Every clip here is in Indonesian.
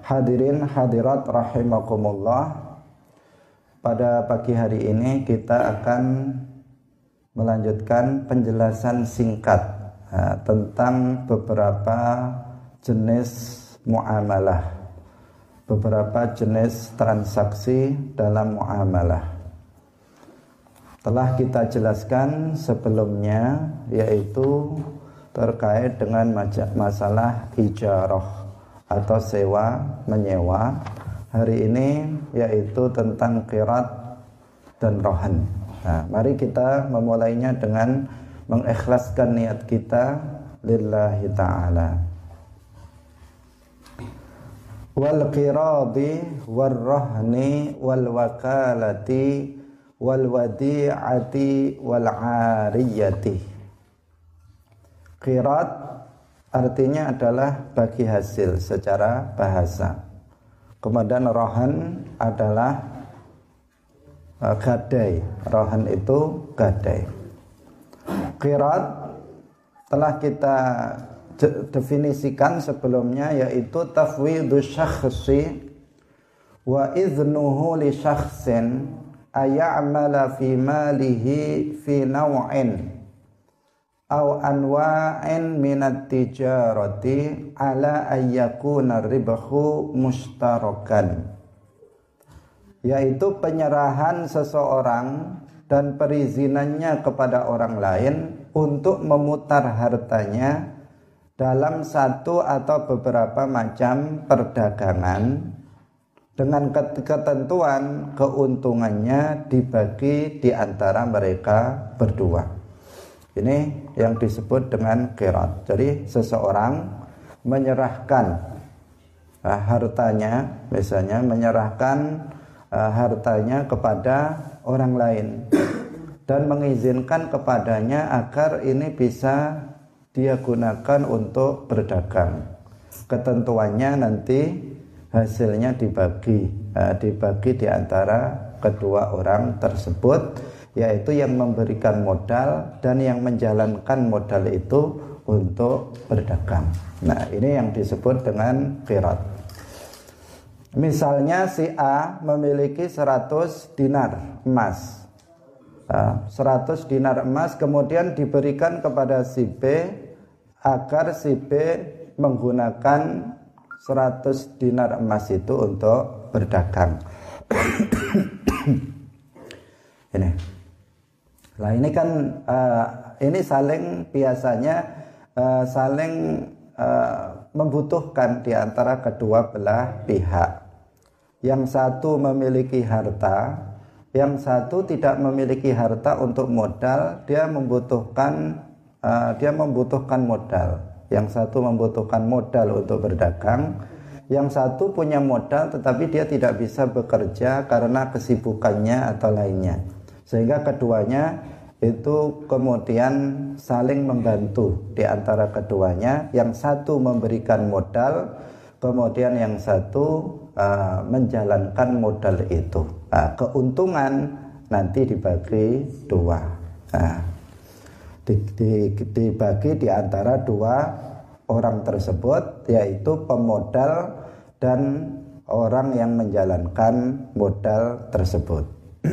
Hadirin hadirat rahimakumullah. Pada pagi hari ini kita akan melanjutkan penjelasan singkat tentang beberapa jenis muamalah, beberapa jenis transaksi dalam muamalah. Telah kita jelaskan sebelumnya, yaitu terkait dengan masalah ijarah atau sewa menyewa. Hari ini yaitu tentang qirat dan rohan. Nah, mari kita memulainya dengan mengikhlaskan niat kita lillahi ta'ala. Wal qiradi wal rahni wal wakalati wal wadi'ati wal 'ariyati. Qirat artinya adalah bagi hasil secara bahasa. Kemudian rohan adalah gadai. Rohan itu gadai. Qirat telah kita definisikan sebelumnya, yaitu tafwidhu syakhsi wa idhnuhu li syakhsin ay'amala fi malihi fi naw'in aw anwa'in minat tijarati ala ayyakuna ribhu mustarakan, yaitu penyerahan seseorang dan perizinannya kepada orang lain untuk memutar hartanya dalam satu atau beberapa macam perdagangan dengan ketentuan keuntungannya dibagi di antara mereka berdua. Ini yang disebut dengan qirat. Jadi seseorang menyerahkan hartanya, misalnya menyerahkan hartanya kepada orang lain dan mengizinkan kepadanya agar ini bisa dia gunakan untuk berdagang. Ketentuannya nanti hasilnya dibagi di antara kedua orang tersebut, yaitu yang memberikan modal dan yang menjalankan modal itu untuk berdagang. Nah, ini yang disebut dengan qirat. Misalnya si A memiliki 100 dinar emas. 100 dinar emas kemudian diberikan kepada si B agar si B menggunakan 100 dinar emas itu untuk berdagang. Ini. Nah, ini kan ini biasanya saling membutuhkan di antara kedua belah pihak. Yang satu memiliki harta, yang satu tidak memiliki harta untuk modal, dia membutuhkan modal. Yang satu membutuhkan modal untuk berdagang, yang satu punya modal tetapi dia tidak bisa bekerja karena kesibukannya atau lainnya. Sehingga keduanya itu kemudian saling membantu di antara keduanya. Yang satu memberikan modal, kemudian yang satu menjalankan modal itu. Keuntungan nanti dibagi dua. Dibagi di antara dua orang tersebut, yaitu pemodal dan orang yang menjalankan modal tersebut.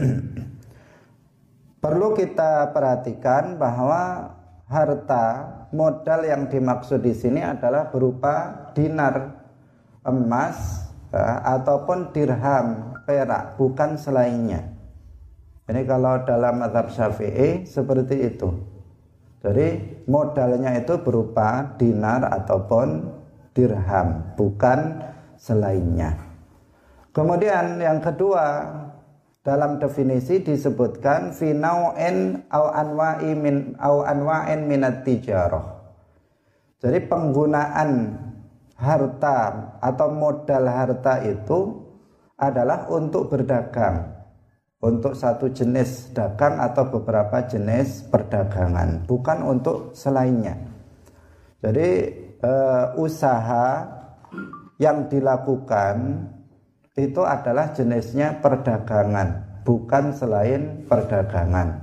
Perlu kita perhatikan bahwa harta modal yang dimaksud di sini adalah berupa dinar emas ataupun dirham perak, bukan selainnya. Ini kalau dalam mazhab Syafi'i seperti itu. Jadi modalnya itu berupa dinar ataupun dirham, bukan selainnya. Kemudian yang kedua, dalam definisi disebutkan fi nau'in aw anwa'in minat tijarah. Jadi penggunaan harta atau modal harta itu adalah untuk berdagang, untuk satu jenis dagang atau beberapa jenis perdagangan, bukan untuk selainnya. Jadi usaha yang dilakukan itu adalah jenisnya perdagangan, bukan selain perdagangan.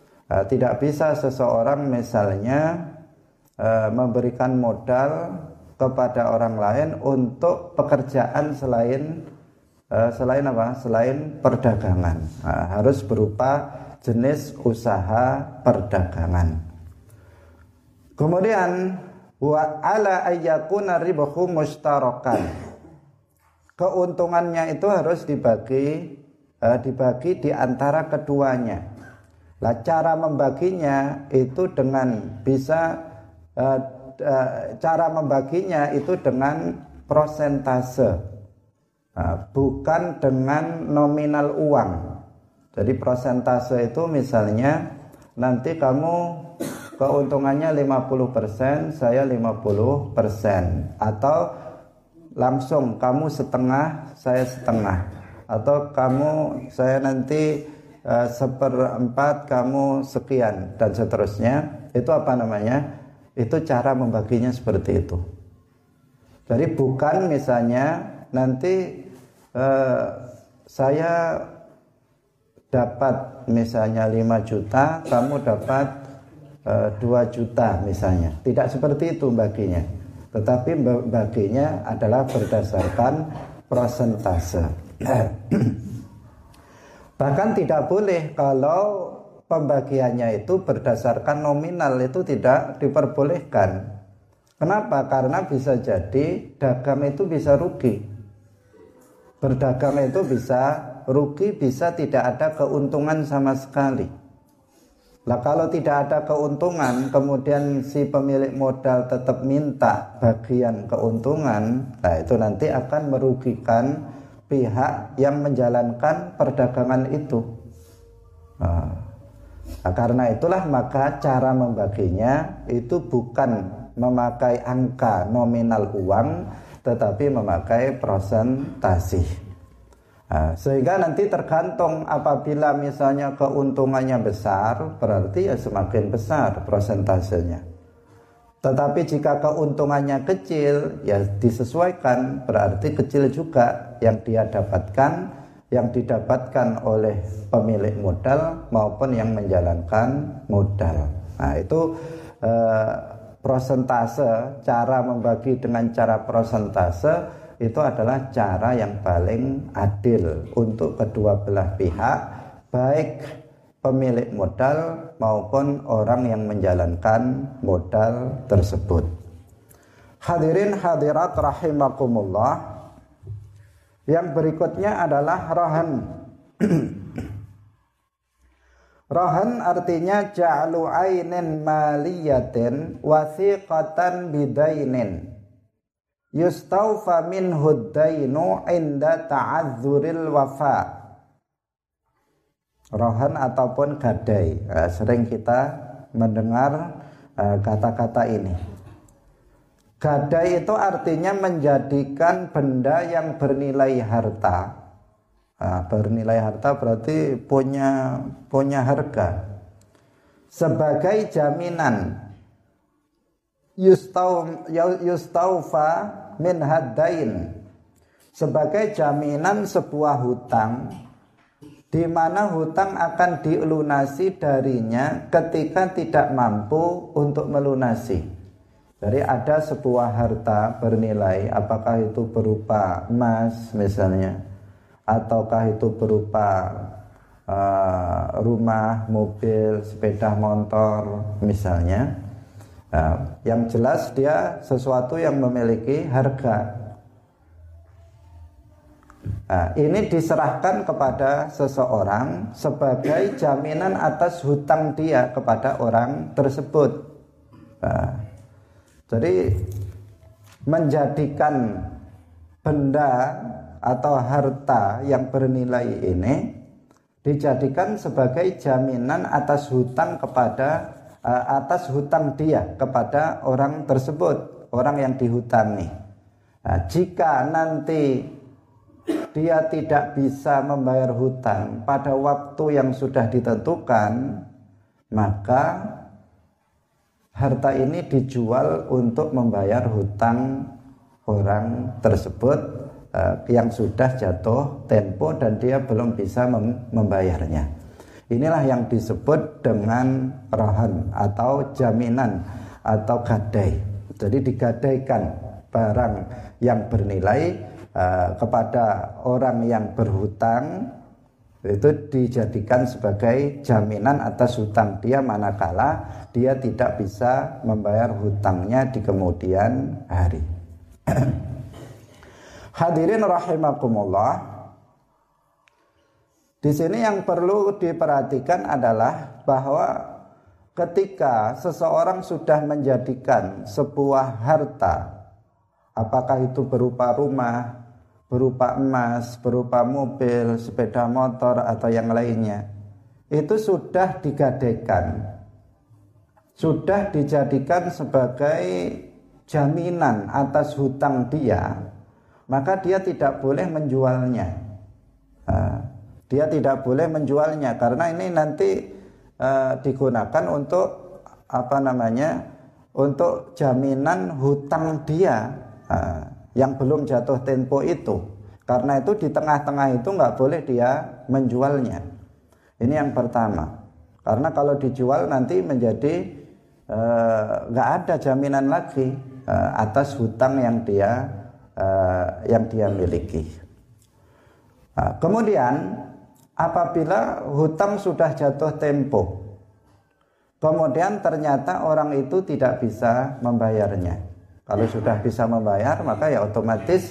Tidak bisa seseorang misalnya memberikan modal kepada orang lain untuk pekerjaan selain apa? Selain perdagangan. Nah, harus berupa jenis usaha perdagangan. Kemudian wa ala ayyakuna ribahu mustarakan. Keuntungannya itu harus dibagi di antara keduanya. Lah cara membaginya itu dengan cara membaginya itu dengan prosentase, bukan dengan nominal uang. Jadi prosentase itu misalnya nanti kamu keuntungannya 50%, saya 50%, atau langsung kamu setengah, saya setengah, atau saya nanti 1/4, kamu sekian, dan seterusnya. Itu apa namanya? Itu cara membaginya seperti itu. Jadi bukan misalnya nanti saya dapat misalnya 5 juta, kamu dapat 2 juta misalnya. Tidak seperti itu baginya. Tetapi baginya adalah berdasarkan prosentase. Bahkan tidak boleh kalau pembagiannya itu berdasarkan nominal, itu tidak diperbolehkan. Kenapa? Karena bisa jadi dagang itu bisa rugi. Berdagang itu bisa rugi, bisa tidak ada keuntungan sama sekali. Lah kalau tidak ada keuntungan, kemudian si pemilik modal tetap minta bagian keuntungan, nah itu nanti akan merugikan pihak yang menjalankan perdagangan itu. Nah, karena itulah maka cara membaginya itu bukan memakai angka nominal uang, tetapi memakai persentase. Sehingga nanti tergantung, apabila misalnya keuntungannya besar, berarti ya semakin besar prosentasenya. Tetapi jika keuntungannya kecil, ya disesuaikan, berarti kecil juga yang dia dapatkan, yang didapatkan oleh pemilik modal maupun yang menjalankan modal. Nah itu prosentase, cara membagi dengan cara prosentase itu adalah cara yang paling adil untuk kedua belah pihak, baik pemilik modal maupun orang yang menjalankan modal tersebut. Hadirin hadirat rahimakumullah, yang berikutnya adalah rahan. Rahan artinya ja'lu ainin maliyatin wasiqatan bidainin yustawfa minhu dainu inda ta'adzuril wafa. Rohan ataupun gadai, sering kita mendengar kata-kata ini. Gadai itu artinya menjadikan benda yang bernilai harta. Bernilai harta berarti punya harga sebagai jaminan. Yustaufa min haddain, sebagai jaminan sebuah hutang, di mana hutang akan dilunasi darinya ketika tidak mampu untuk melunasi. Jadi ada sebuah harta bernilai, apakah itu berupa emas misalnya, ataukah itu berupa rumah, mobil, sepeda motor misalnya. Yang jelas dia sesuatu yang memiliki harga. Ini diserahkan kepada seseorang sebagai jaminan atas hutang dia kepada orang tersebut. Jadi menjadikan benda atau harta yang bernilai ini dijadikan sebagai jaminan atas hutang atas hutang dia kepada orang tersebut, orang yang dihutangi. Jika nanti dia tidak bisa membayar hutang pada waktu yang sudah ditentukan, maka harta ini dijual untuk membayar hutang orang tersebut yang sudah jatuh tempo dan dia belum bisa membayarnya. Inilah yang disebut dengan rahan atau jaminan atau gadai. Jadi digadaikan barang yang bernilai kepada orang yang berhutang, itu dijadikan sebagai jaminan atas hutang dia manakala dia tidak bisa membayar hutangnya di kemudian hari. Hadirin rahimakumullah, di sini yang perlu diperhatikan adalah bahwa ketika seseorang sudah menjadikan sebuah harta, apakah itu berupa rumah, berupa emas, berupa mobil, sepeda motor atau yang lainnya, itu sudah digadaikan, sudah dijadikan sebagai jaminan atas hutang dia, maka dia tidak boleh menjualnya. Dia tidak boleh menjualnya karena ini nanti digunakan untuk untuk jaminan hutang dia yang belum jatuh tempo itu. Karena itu di tengah-tengah itu nggak boleh dia menjualnya. Ini yang pertama. Karena kalau dijual nanti menjadi nggak ada jaminan lagi atas hutang yang dia miliki. Kemudian apabila hutang sudah jatuh tempo, kemudian ternyata orang itu tidak bisa membayarnya. Kalau sudah bisa membayar, maka ya otomatis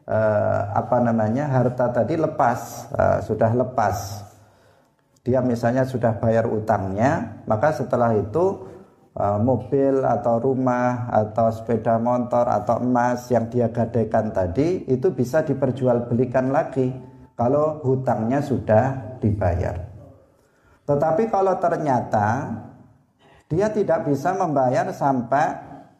harta tadi lepas, sudah lepas. Dia misalnya sudah bayar utangnya, maka setelah itu mobil atau rumah atau sepeda motor atau emas yang dia gadaikan tadi itu bisa diperjualbelikan lagi kalau hutangnya sudah dibayar. Tetapi kalau ternyata dia tidak bisa membayar sampai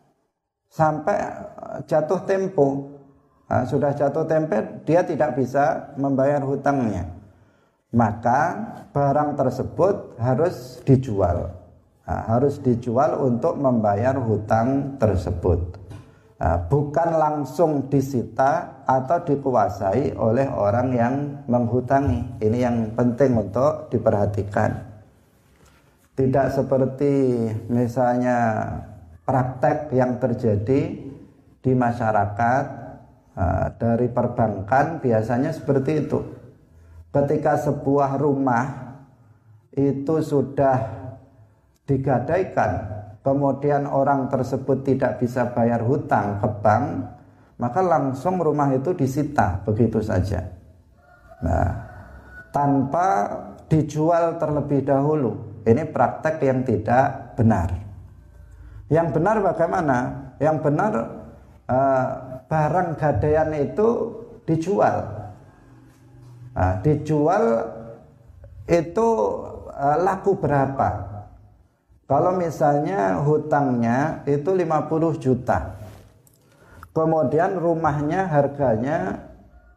jatuh tempo, sudah jatuh tempo dia tidak bisa membayar hutangnya, maka barang tersebut harus dijual. Harus dijual untuk membayar hutang tersebut. Bukan langsung disita atau dikuasai oleh orang yang menghutangi. Ini yang penting untuk diperhatikan. Tidak seperti misalnya praktek yang terjadi di masyarakat dari perbankan, biasanya seperti itu. Ketika sebuah rumah itu sudah digadaikan, kemudian orang tersebut tidak bisa bayar hutang ke bank, maka langsung rumah itu disita begitu saja. Nah, tanpa dijual terlebih dahulu. Ini praktek yang tidak benar. Yang benar bagaimana? Yang benar barang gadaian itu dijual. Nah, dijual itu laku berapa? Kalau misalnya hutangnya itu 50 juta, kemudian rumahnya harganya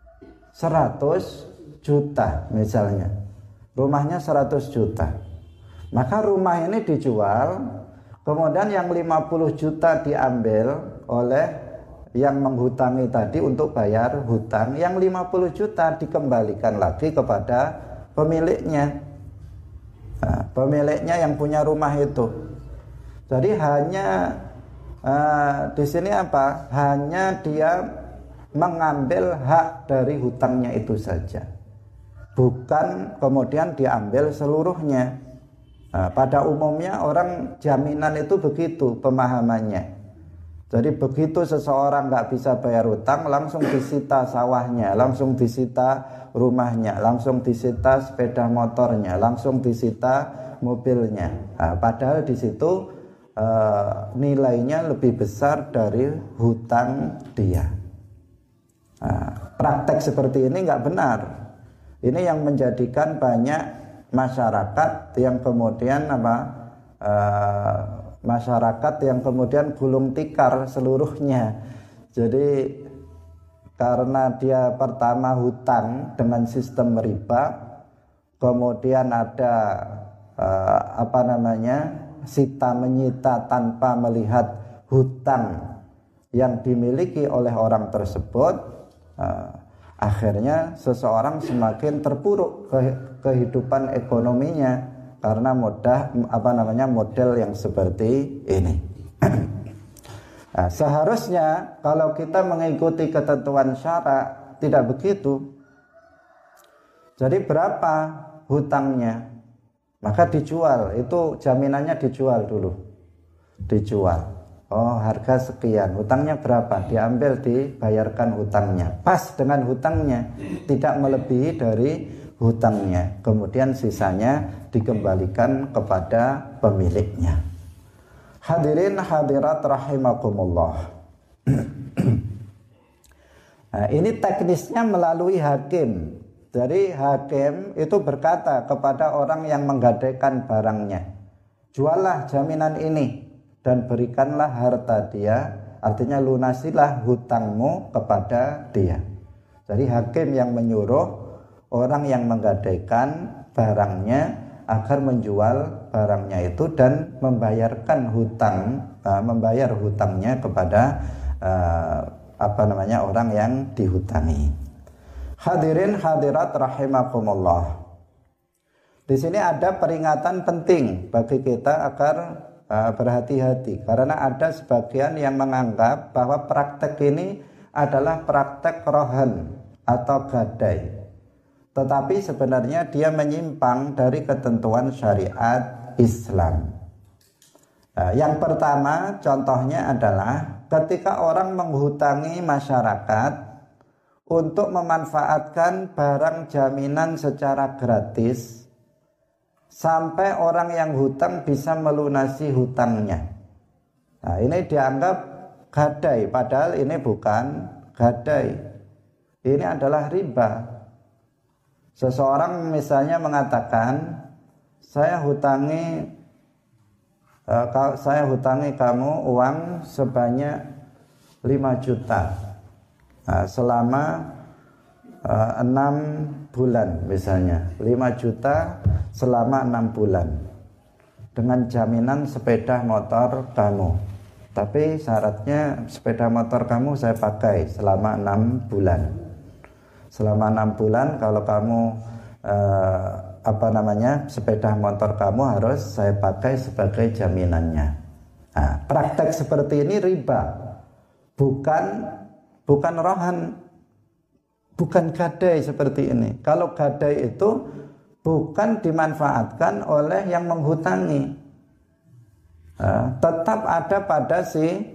100 juta misalnya, rumahnya 100 juta, maka rumah ini dijual, kemudian yang 50 juta diambil oleh yang menghutangi tadi untuk bayar hutang, yang 50 juta dikembalikan lagi kepada pemiliknya. Pemiliknya yang punya rumah itu. Jadi hanya di sini apa? Hanya dia mengambil hak dari hutangnya itu saja, bukan kemudian diambil seluruhnya. Pada umumnya orang jaminan itu begitu pemahamannya. Jadi begitu seseorang nggak bisa bayar hutang, langsung disita sawahnya, langsung disita rumahnya, langsung disita sepeda motornya, langsung disita mobilnya. Padahal di situ nilainya lebih besar dari hutang dia. Praktek seperti ini nggak benar. Ini yang menjadikan banyak masyarakat yang kemudian masyarakat yang kemudian gulung tikar seluruhnya. Jadi karena dia pertama hutang dengan sistem riba, kemudian ada sita menyita tanpa melihat hutang yang dimiliki oleh orang tersebut, akhirnya seseorang semakin terpuruk kehidupan ekonominya karena model yang seperti ini. Nah, seharusnya kalau kita mengikuti ketentuan syarak tidak begitu. Jadi berapa hutangnya? Maka dijual, itu jaminannya dijual dulu. Dijual. Oh, harga sekian, hutangnya berapa? Diambil, dibayarkan hutangnya. Pas dengan hutangnya, tidak melebihi dari hutangnya. Kemudian sisanya dikembalikan kepada pemiliknya. Hadirin hadirat rahimakumullah. Nah, ini teknisnya melalui hakim. Jadi hakim itu berkata kepada orang yang menggadaikan barangnya, juallah jaminan ini dan berikanlah harta dia, artinya lunasilah hutangmu kepada dia. Jadi hakim yang menyuruh orang yang menggadaikan barangnya agar menjual barangnya itu dan membayarkan membayar hutangnya kepada orang yang dihutangi. Hadirin hadirat rahimakumullah. Di sini ada peringatan penting bagi kita agar berhati-hati, karena ada sebagian yang menganggap bahwa praktek ini adalah praktek rohan atau gadai. Tetapi sebenarnya dia menyimpang dari ketentuan syariat Islam. Yang pertama contohnya adalah ketika orang menghutangi masyarakat untuk memanfaatkan barang jaminan secara gratis sampai orang yang hutang bisa melunasi hutangnya. Nah, ini dianggap gadai, padahal ini bukan gadai. Ini adalah riba. Seseorang misalnya mengatakan, saya hutangi kamu uang sebanyak 5 juta selama 6 bulan misalnya, 5 juta selama 6 bulan dengan jaminan sepeda motor kamu. Tapi syaratnya sepeda motor kamu saya pakai selama 6 bulan. Selama 6 bulan kalau kamu sepeda motor kamu harus saya pakai sebagai jaminannya. Nah, praktek seperti ini riba, bukan rohan, bukan gadai seperti ini. Kalau gadai itu bukan dimanfaatkan oleh yang menghutangi, tetap ada pada si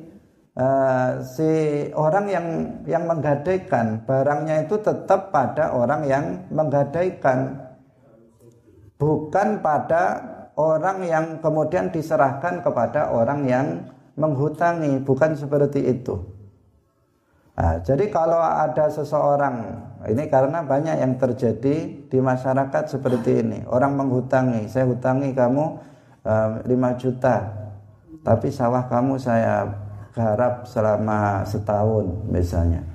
orang yang menggadaikan barangnya, itu tetap pada orang yang menggadaikan, bukan pada orang yang kemudian diserahkan kepada orang yang menghutangi, bukan seperti itu. Jadi kalau ada seseorang, ini karena banyak yang terjadi di masyarakat seperti ini, orang menghutangi, saya hutangi kamu 5 juta, tapi sawah kamu saya garap selama setahun misalnya.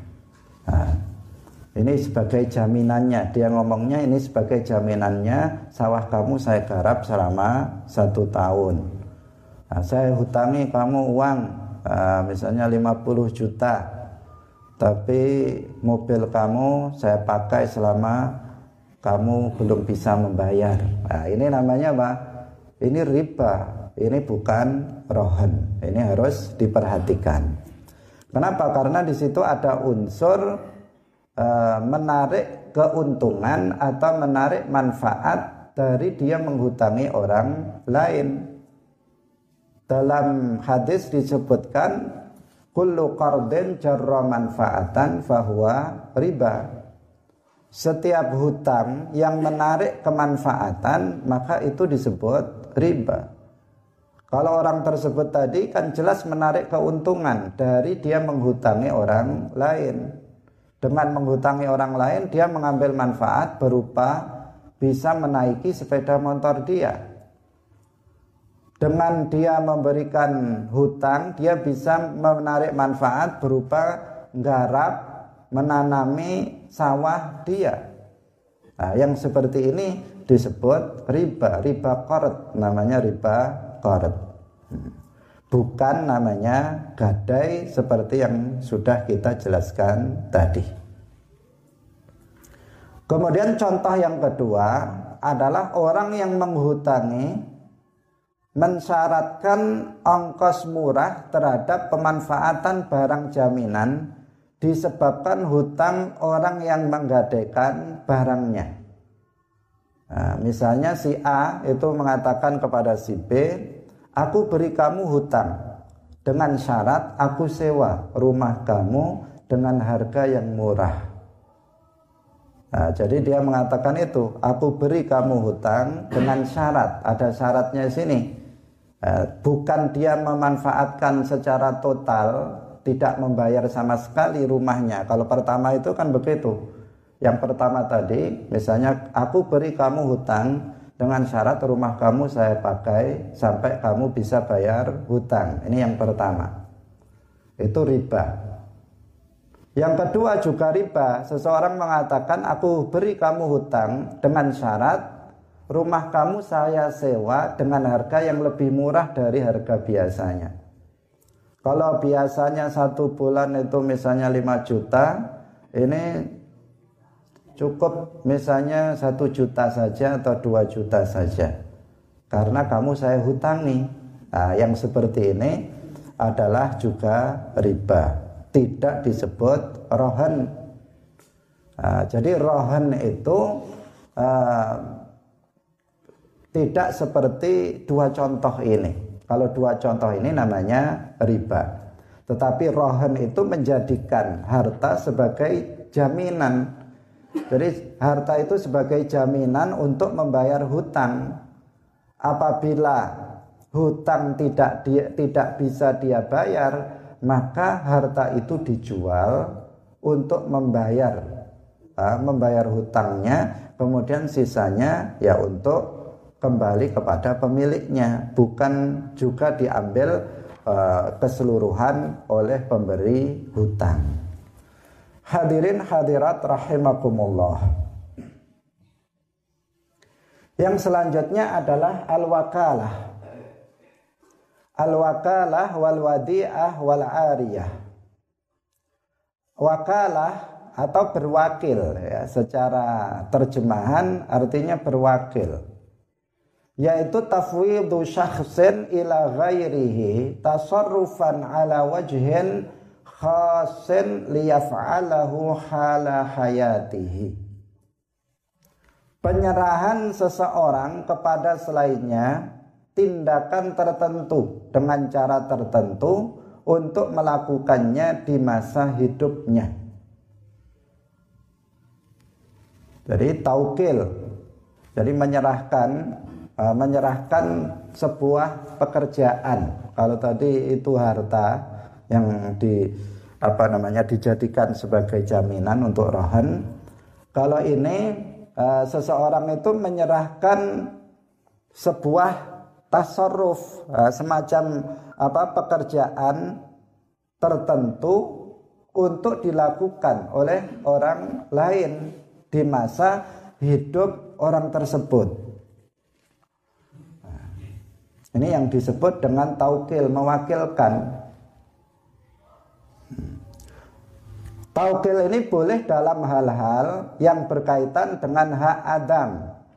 Ini sebagai jaminannya, dia ngomongnya ini sebagai jaminannya, sawah kamu saya garap selama 1 tahun. Saya hutangi kamu uang misalnya 50 juta, tapi mobil kamu saya pakai selama kamu belum bisa membayar. Ini namanya apa? Ini riba, ini bukan rohan. Ini harus diperhatikan. Kenapa? Karena di situ ada unsur menarik keuntungan atau menarik manfaat dari dia menghutangi orang lain. Dalam hadis disebutkan kullu qardin jarra manfaatan fahuwa riba. Setiap hutang yang menarik kemanfaatan maka itu disebut riba. Kalau orang tersebut tadi kan jelas menarik keuntungan dari dia menghutangi orang lain. Dengan menghutangi orang lain dia mengambil manfaat berupa bisa menaiki sepeda motor dia. Dengan dia memberikan hutang, dia bisa menarik manfaat berupa nggarap, menanami sawah dia. Nah, yang seperti ini disebut riba, riba qard, namanya riba qard. Bukan namanya gadai seperti yang sudah kita jelaskan tadi. Kemudian contoh yang kedua adalah orang yang menghutangi mensyaratkan ongkos murah terhadap pemanfaatan barang jaminan disebabkan hutang orang yang menggadaikan barangnya. Nah, misalnya si A itu mengatakan kepada si B, aku beri kamu hutang dengan syarat aku sewa rumah kamu dengan harga yang murah. Nah, jadi dia mengatakan itu, aku beri kamu hutang dengan syarat, ada syaratnya di sini. Bukan dia memanfaatkan secara total, tidak membayar sama sekali rumahnya. Kalau pertama itu kan begitu. Yang pertama tadi, misalnya aku beri kamu hutang dengan syarat rumah kamu saya pakai sampai kamu bisa bayar hutang. Ini yang pertama. Itu riba. Yang kedua juga riba. Seseorang mengatakan aku beri kamu hutang dengan syarat rumah kamu saya sewa dengan harga yang lebih murah dari harga biasanya. Kalau biasanya 1 bulan itu misalnya 5 juta, ini cukup misalnya 1 juta saja atau 2 juta saja. Karena kamu saya hutangi. Nah, yang seperti ini adalah juga riba. Tidak disebut rohan. Nah, jadi rohan itu tidak seperti 2 contoh ini. Kalau 2 contoh ini namanya riba. Tetapi rohan itu menjadikan harta sebagai jaminan. Jadi harta itu sebagai jaminan untuk membayar hutang. Apabila hutang tidak bisa dia bayar, maka harta itu dijual untuk membayar hutangnya, kemudian sisanya ya untuk kembali kepada pemiliknya, bukan juga diambil keseluruhan oleh pemberi hutang. Hadirin hadirat rahimakumullah. Yang selanjutnya adalah al-wakalah. Al-wakalah wal wadi'ah wal ariyah. Wakalah atau berwakil ya, secara terjemahan artinya berwakil, yaitu tafwidhu syakhsin ila ghairihi tasarrufan ala wajhin khasin liyaf'alahu hala hayatihi. Penyerahan seseorang kepada selainnya tindakan tertentu dengan cara tertentu untuk melakukannya di masa hidupnya. Jadi taukil, jadi menyerahkan sebuah pekerjaan. Kalau tadi itu harta yang dijadikan sebagai jaminan untuk rohan. Kalau ini seseorang itu menyerahkan sebuah tasarruf, semacam pekerjaan tertentu untuk dilakukan oleh orang lain di masa hidup orang tersebut. Ini yang disebut dengan taukil, mewakilkan. Taukil ini boleh dalam hal-hal yang berkaitan dengan hak Adam,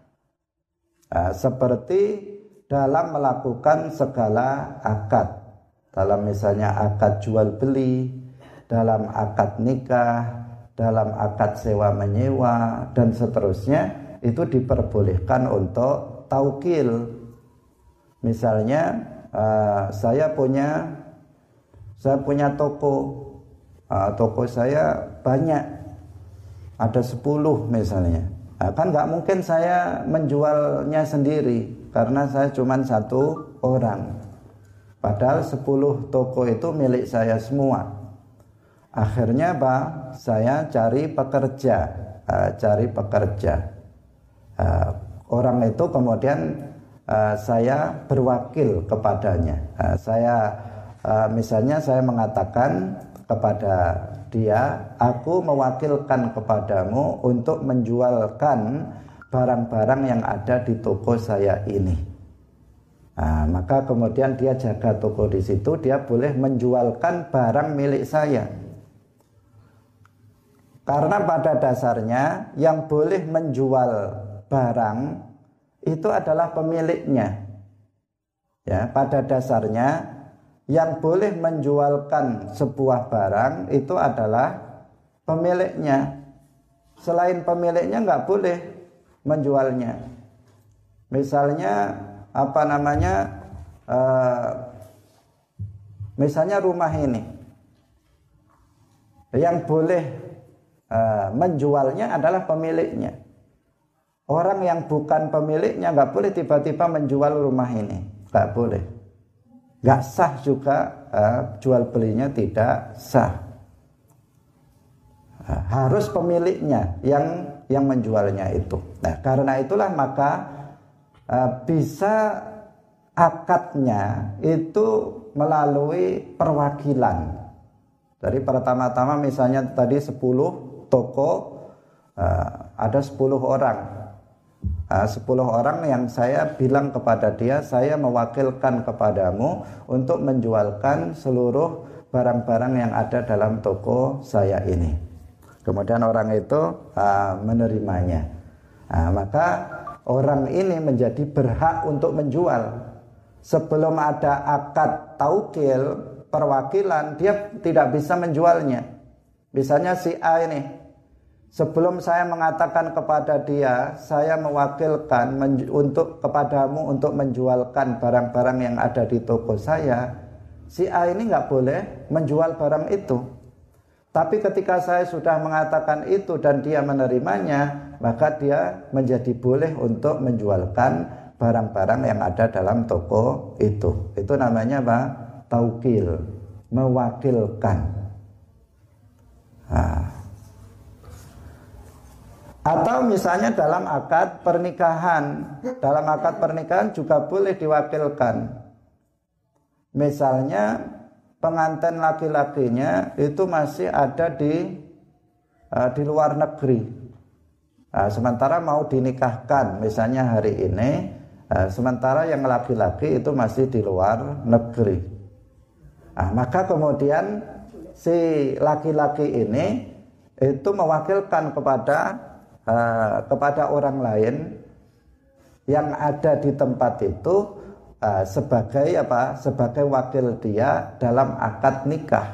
seperti dalam melakukan segala akad, dalam misalnya akad jual beli, dalam akad nikah, dalam akad sewa menyewa dan seterusnya, itu diperbolehkan untuk taukil. Misalnya saya punya toko, toko saya banyak, ada 10 misalnya. Kan nggak mungkin saya menjualnya sendiri karena saya cuma 1 orang. Padahal 10 toko itu milik saya semua. Akhirnya saya cari pekerja. Orang itu kemudian saya berwakil kepadanya. Misalnya saya mengatakan kepada dia, aku mewakilkan kepadamu untuk menjualkan barang-barang yang ada di toko saya ini. Maka kemudian dia jaga toko di situ, dia boleh menjualkan barang milik saya. Karena pada dasarnya yang boleh menjual barang itu adalah pemiliknya. Ya, pada dasarnya yang boleh menjualkan sebuah barang itu adalah pemiliknya. Selain pemiliknya nggak boleh menjualnya. Misalnya apa namanya? Misalnya rumah ini, yang boleh menjualnya adalah pemiliknya. Orang yang bukan pemiliknya nggak boleh tiba-tiba menjual rumah ini. Nggak boleh, nggak sah juga, jual belinya tidak sah. Harus pemiliknya yang menjualnya itu. Nah, karena itulah maka bisa akadnya itu melalui perwakilan. Jadi pertama-tama misalnya tadi 10 toko, ada 10 orang. 10 orang yang saya bilang kepada dia, saya mewakilkan kepadamu untuk menjualkan seluruh barang-barang yang ada dalam toko saya ini. Kemudian orang itu menerimanya. Maka orang ini menjadi berhak untuk menjual. Sebelum ada akad taukil, perwakilan, dia tidak bisa menjualnya. Misalnya si A ini, sebelum saya mengatakan kepada dia, saya mewakilkan kepadamu untuk menjualkan barang-barang yang ada di toko saya, si A ini nggak boleh menjual barang itu. Tapi ketika saya sudah mengatakan itu dan dia menerimanya, maka dia menjadi boleh untuk menjualkan barang-barang yang ada dalam toko itu. Itu namanya apa? Taukil, mewakilkan. Atau misalnya dalam akad pernikahan. Dalam akad pernikahan juga boleh diwakilkan. Misalnya pengantin laki-lakinya itu masih ada di luar negeri. Sementara mau dinikahkan misalnya hari ini, sementara yang laki-laki itu masih di luar negeri. Maka kemudian si laki-laki ini itu mewakilkan kepada orang lain yang ada di tempat itu sebagai wakil dia dalam akad nikah.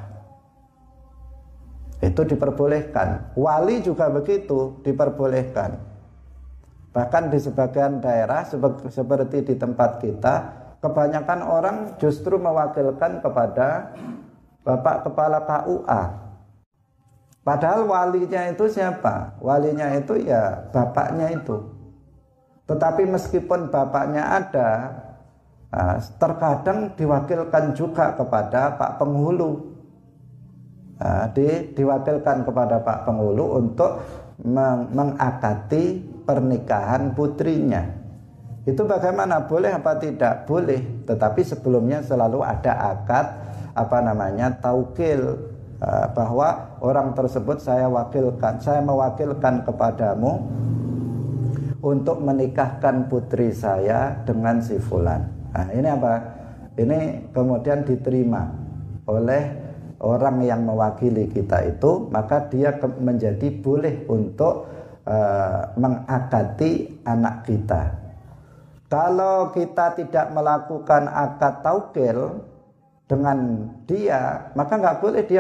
Itu diperbolehkan. Wali juga begitu, diperbolehkan. Bahkan di sebagian daerah seperti di tempat kita, kebanyakan orang justru mewakilkan kepada Bapak Kepala KUA. Padahal walinya itu siapa? Walinya itu ya bapaknya itu. Tetapi meskipun bapaknya ada, terkadang diwakilkan juga kepada Pak Penghulu. Diwakilkan kepada Pak Penghulu untuk mengakati pernikahan putrinya. Itu bagaimana? Boleh apa tidak? Boleh. Tetapi sebelumnya selalu ada akad taukil, bahwa orang tersebut saya mewakilkan kepadamu untuk menikahkan putri saya dengan si fulan. Ini apa? Ini kemudian diterima oleh orang yang mewakili kita itu, maka dia menjadi boleh untuk mengakati anak kita. Kalau kita tidak melakukan akad taukil dengan dia, maka nggak boleh dia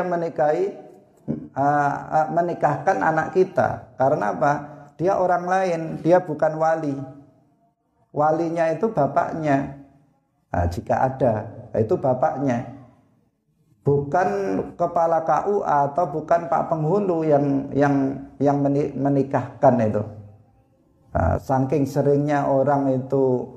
menikahkan anak kita. Karena apa? Dia orang lain, dia bukan wali. Walinya itu bapaknya. Jika ada, itu bapaknya. Bukan kepala KUA atau bukan Pak Penghulu yang menikahkan itu. Saking seringnya orang itu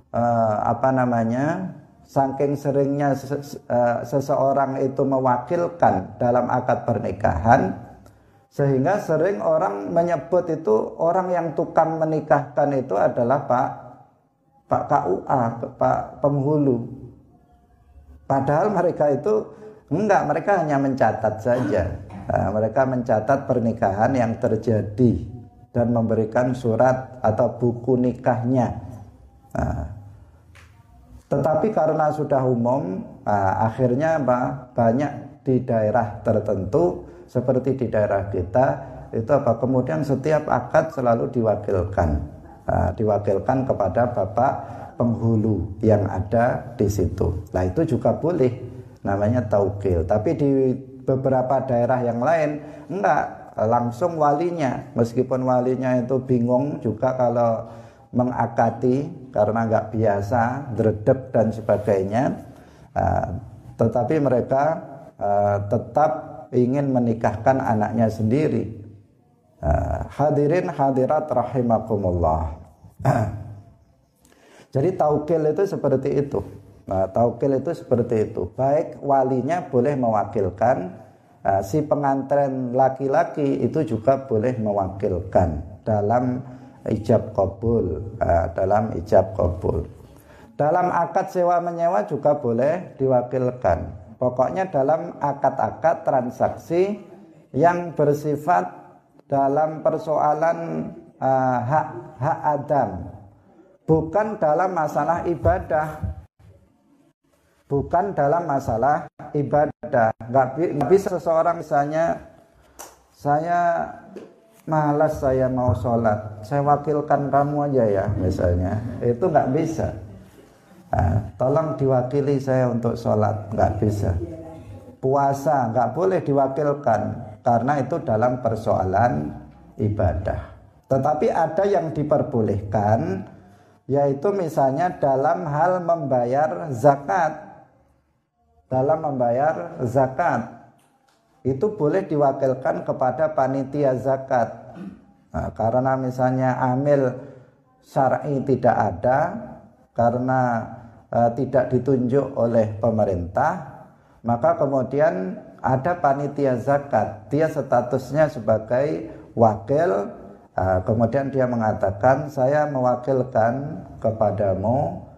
saking seringnya seseorang itu mewakilkan dalam akad pernikahan, sehingga sering orang menyebut itu orang yang tukang menikahkan itu adalah Pak KUA, Pak Penghulu. Padahal mereka itu mereka hanya mencatat saja. Mereka mencatat pernikahan yang terjadi dan memberikan surat atau buku nikahnya. Tetapi karena sudah umum, akhirnya banyak di daerah tertentu seperti di daerah kita itu kemudian setiap akad selalu diwakilkan kepada Bapak penghulu yang ada di situ. Nah itu juga boleh, namanya taukil. Tapi di beberapa daerah yang lain enggak, langsung walinya. Meskipun walinya itu bingung juga kalau mengakati karena enggak biasa, dredeg dan sebagainya, tetapi mereka tetap ingin menikahkan anaknya sendiri. Hadirin hadirat rahimakumullah. Jadi taukil itu seperti itu. Taukil itu seperti itu. Baik walinya boleh mewakilkan, si pengantin laki-laki itu juga boleh mewakilkan dalam ijab qabul, Dalam akad sewa menyewa juga boleh diwakilkan. Pokoknya dalam akad-akad transaksi yang bersifat dalam persoalan hak adam, bukan dalam masalah ibadah. Bukan dalam masalah ibadah. Nggak bisa seseorang misalnya, saya malas, saya mau sholat, saya wakilkan kamu aja ya misalnya. Itu nggak bisa. Tolong diwakili saya untuk sholat, nggak bisa. Puasa nggak boleh diwakilkan karena itu dalam persoalan ibadah. Tetapi ada yang diperbolehkan, yaitu misalnya dalam hal membayar zakat. Dalam membayar zakat itu boleh diwakilkan kepada panitia zakat. Karena misalnya amil syar'i tidak ada, karena tidak ditunjuk oleh pemerintah, maka kemudian ada panitia zakat, dia statusnya sebagai wakil. Kemudian dia mengatakan, saya mewakilkan kepadamu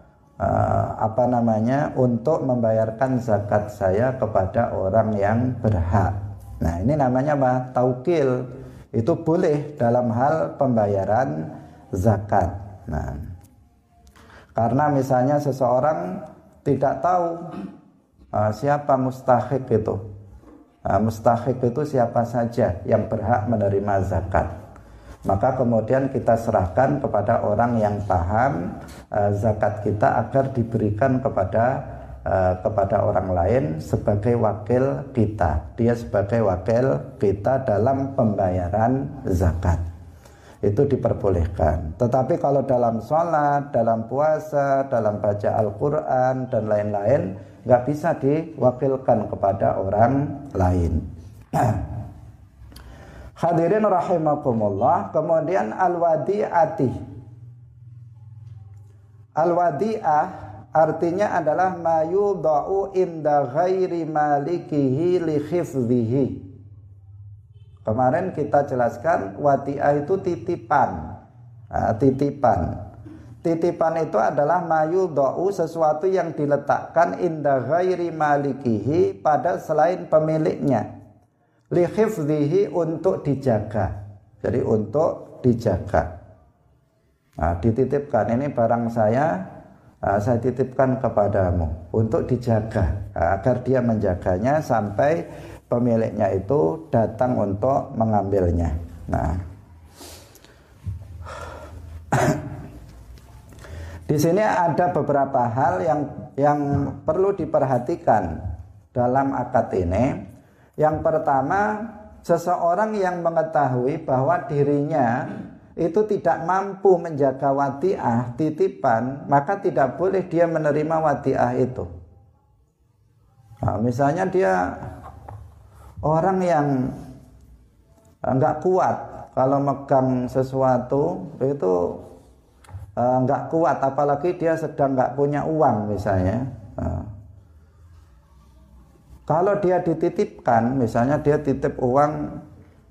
untuk membayarkan zakat saya kepada orang yang berhak. Nah ini namanya apa? Taukil. Itu boleh dalam hal pembayaran zakat. Nah, karena misalnya seseorang tidak tahu siapa mustahik itu. Mustahik itu siapa saja yang berhak menerima zakat. Maka kemudian kita serahkan kepada orang yang paham zakat kita agar diberikan kepada orang lain sebagai wakil kita. Dia sebagai wakil kita dalam pembayaran zakat. Itu diperbolehkan. Tetapi kalau dalam sholat, dalam puasa, dalam baca Al-Quran dan lain-lain, nggak bisa diwakilkan kepada orang lain. Hadirin rahimakumullah. Kemudian al-wadi'ati. Al-wadi'ah artinya adalah ma yudha'u inda ghairi malikihi li khifdhihi. Kemarin kita jelaskan wadi'ah itu titipan. Titipan itu adalah ma yudha'u, sesuatu yang diletakkan inda ghairi malikihi, pada selain pemiliknya. Li khifdhihi, untuk dijaga. Jadi untuk dijaga. Dititipkan, ini barang saya titipkan kepadamu untuk dijaga, agar dia menjaganya sampai pemiliknya itu datang untuk mengambilnya. Nah, di sini ada beberapa hal yang perlu diperhatikan dalam akad ini. Yang pertama, seseorang yang mengetahui bahwa dirinya itu tidak mampu menjaga wadi'ah, titipan, maka tidak boleh dia menerima wadi'ah itu. Misalnya dia orang yang enggak kuat, kalau megang sesuatu itu enggak kuat, apalagi dia sedang enggak punya uang misalnya. Kalau dia dititipkan, misalnya dia titip uang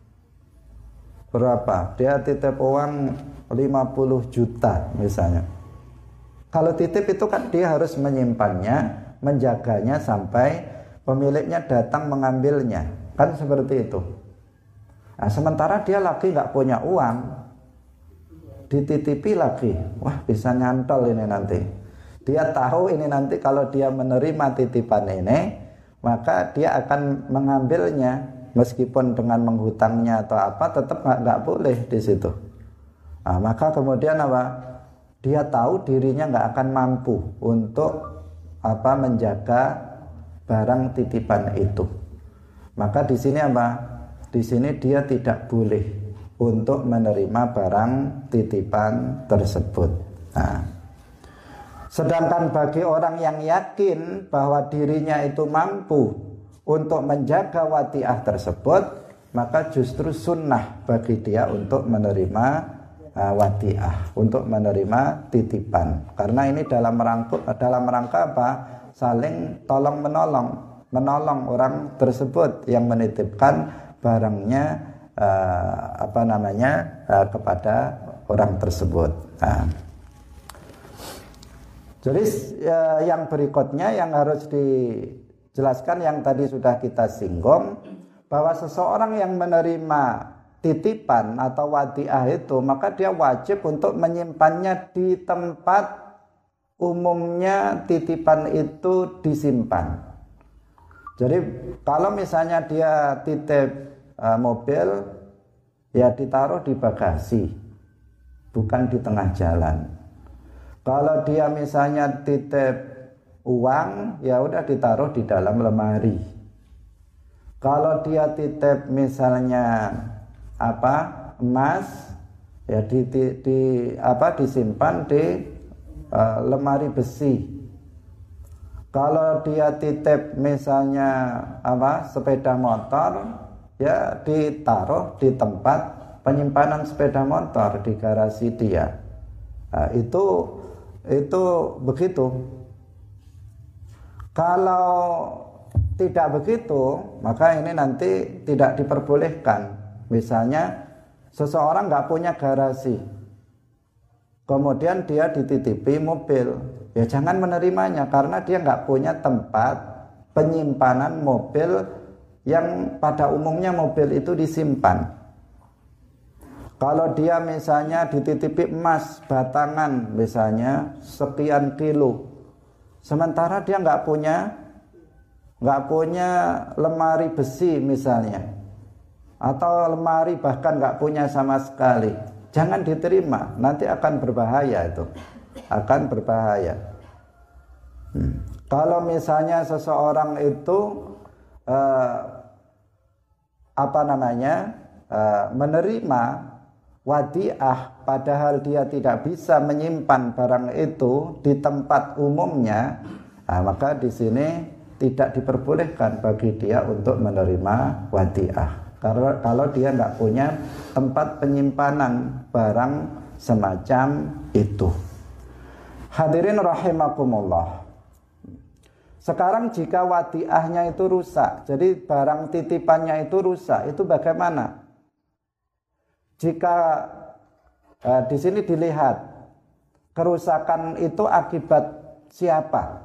berapa? Dia titip uang 50 juta misalnya. Kalau titip itu kan dia harus menyimpannya, menjaganya sampai pemiliknya datang mengambilnya. Kan seperti itu. Nah, sementara dia lagi nggak punya uang, dititipi lagi. Wah, bisa nyantol ini nanti. Dia tahu ini nanti kalau dia menerima titipan ini, maka dia akan mengambilnya, meskipun dengan menghutangnya atau apa, tetap nggak boleh di situ. Maka kemudian apa? dia tahu dirinya nggak akan mampu untuk menjaga barang titipan itu. Maka di sini Di sini dia tidak boleh untuk menerima barang titipan tersebut. Nah, sedangkan bagi orang yang yakin bahwa dirinya itu mampu untuk menjaga wadiah tersebut, maka justru sunnah bagi dia untuk menerima wadiah, untuk menerima titipan. Karena ini dalam rangka apa? Saling tolong menolong orang tersebut yang menitipkan barangnya kepada orang tersebut. Nah, jadi yang berikutnya yang harus dijelaskan yang tadi sudah kita singgung, bahwa seseorang yang menerima titipan atau wadiah itu, maka dia wajib untuk menyimpannya di tempat umumnya titipan itu disimpan. Jadi kalau misalnya dia titip mobil, ya ditaruh di bagasi, bukan di tengah jalan. Kalau dia misalnya titip uang, ya udah ditaruh di dalam lemari. Kalau dia titip misalnya emas, ya disimpan di lemari besi. Kalau dia titip misalnya sepeda motor, ya ditaruh di tempat penyimpanan sepeda motor di garasi dia. Nah, itu begitu. Kalau tidak begitu, maka ini nanti tidak diperbolehkan. Misalnya seseorang nggak punya garasi, kemudian dia dititipi mobil, ya jangan menerimanya karena dia nggak punya tempat penyimpanan mobil yang pada umumnya mobil itu disimpan. Kalau dia misalnya dititipi emas batangan misalnya sekian kilo, sementara dia nggak punya lemari besi misalnya, atau lemari bahkan nggak punya sama sekali, jangan diterima, nanti akan berbahaya itu, akan berbahaya. Kalau misalnya seseorang itu menerima wadiah padahal dia tidak bisa menyimpan barang itu di tempat umumnya, maka di sini tidak diperbolehkan bagi dia untuk menerima wadiah. Kalau dia tidak punya tempat penyimpanan barang semacam itu. Hadirin rahimakumullah. Sekarang jika wadiahnya itu rusak, jadi barang titipannya itu rusak, itu bagaimana? Jika di sini dilihat kerusakan itu akibat siapa?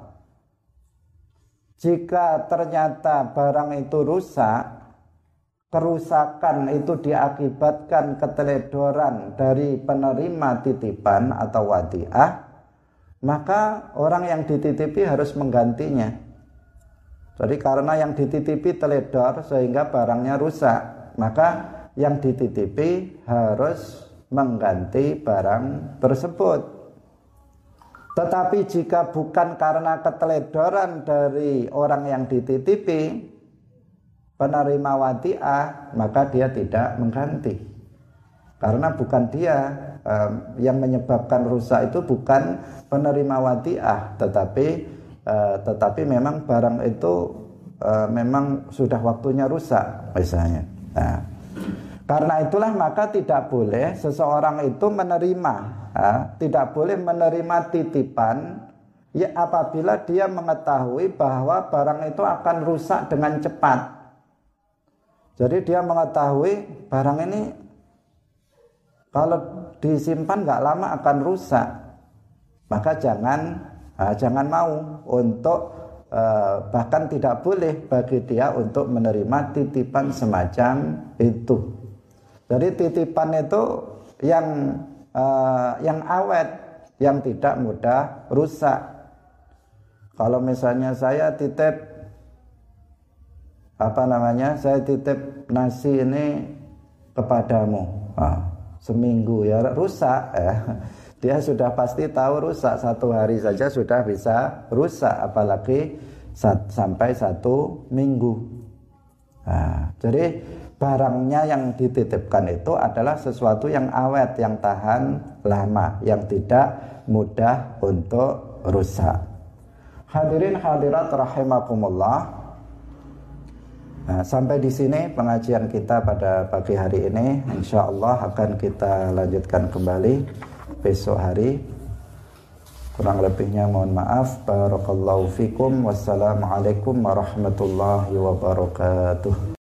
Jika ternyata barang itu rusak, kerusakan itu diakibatkan keteledoran dari penerima titipan atau wadiah, maka orang yang dititipi harus menggantinya. Jadi karena yang dititipi teledor sehingga barangnya rusak, maka yang dititipi harus mengganti barang tersebut. Tetapi jika bukan karena keteledoran dari orang yang dititipi, penerima wadiah, maka dia tidak mengganti. Karena bukan dia yang menyebabkan rusak, itu bukan penerima wadiah, tetapi memang barang itu memang sudah waktunya rusak misalnya. Nah, karena itulah maka tidak boleh seseorang itu tidak boleh menerima titipan ya apabila dia mengetahui bahwa barang itu akan rusak dengan cepat. Jadi dia mengetahui barang ini kalau disimpan nggak lama akan rusak, maka jangan mau untuk bahkan tidak boleh bagi dia untuk menerima titipan semacam itu. Jadi titipan itu yang awet, yang tidak mudah rusak. Kalau misalnya saya titip saya titip nasi ini kepadamu, seminggu ya rusak ya. Dia sudah pasti tahu rusak, 1 hari saja sudah bisa rusak, apalagi sampai 1 minggu. Nah, jadi barangnya yang dititipkan itu adalah sesuatu yang awet, yang tahan lama, yang tidak mudah untuk rusak. Hadirin hadirat rahimakumullah. Nah, sampai di sini pengajian kita pada pagi hari ini. Insya Allah akan kita lanjutkan kembali besok hari. Kurang lebihnya mohon maaf. Barakallahu fikum. Wassalamualaikum warahmatullahi wabarakatuh.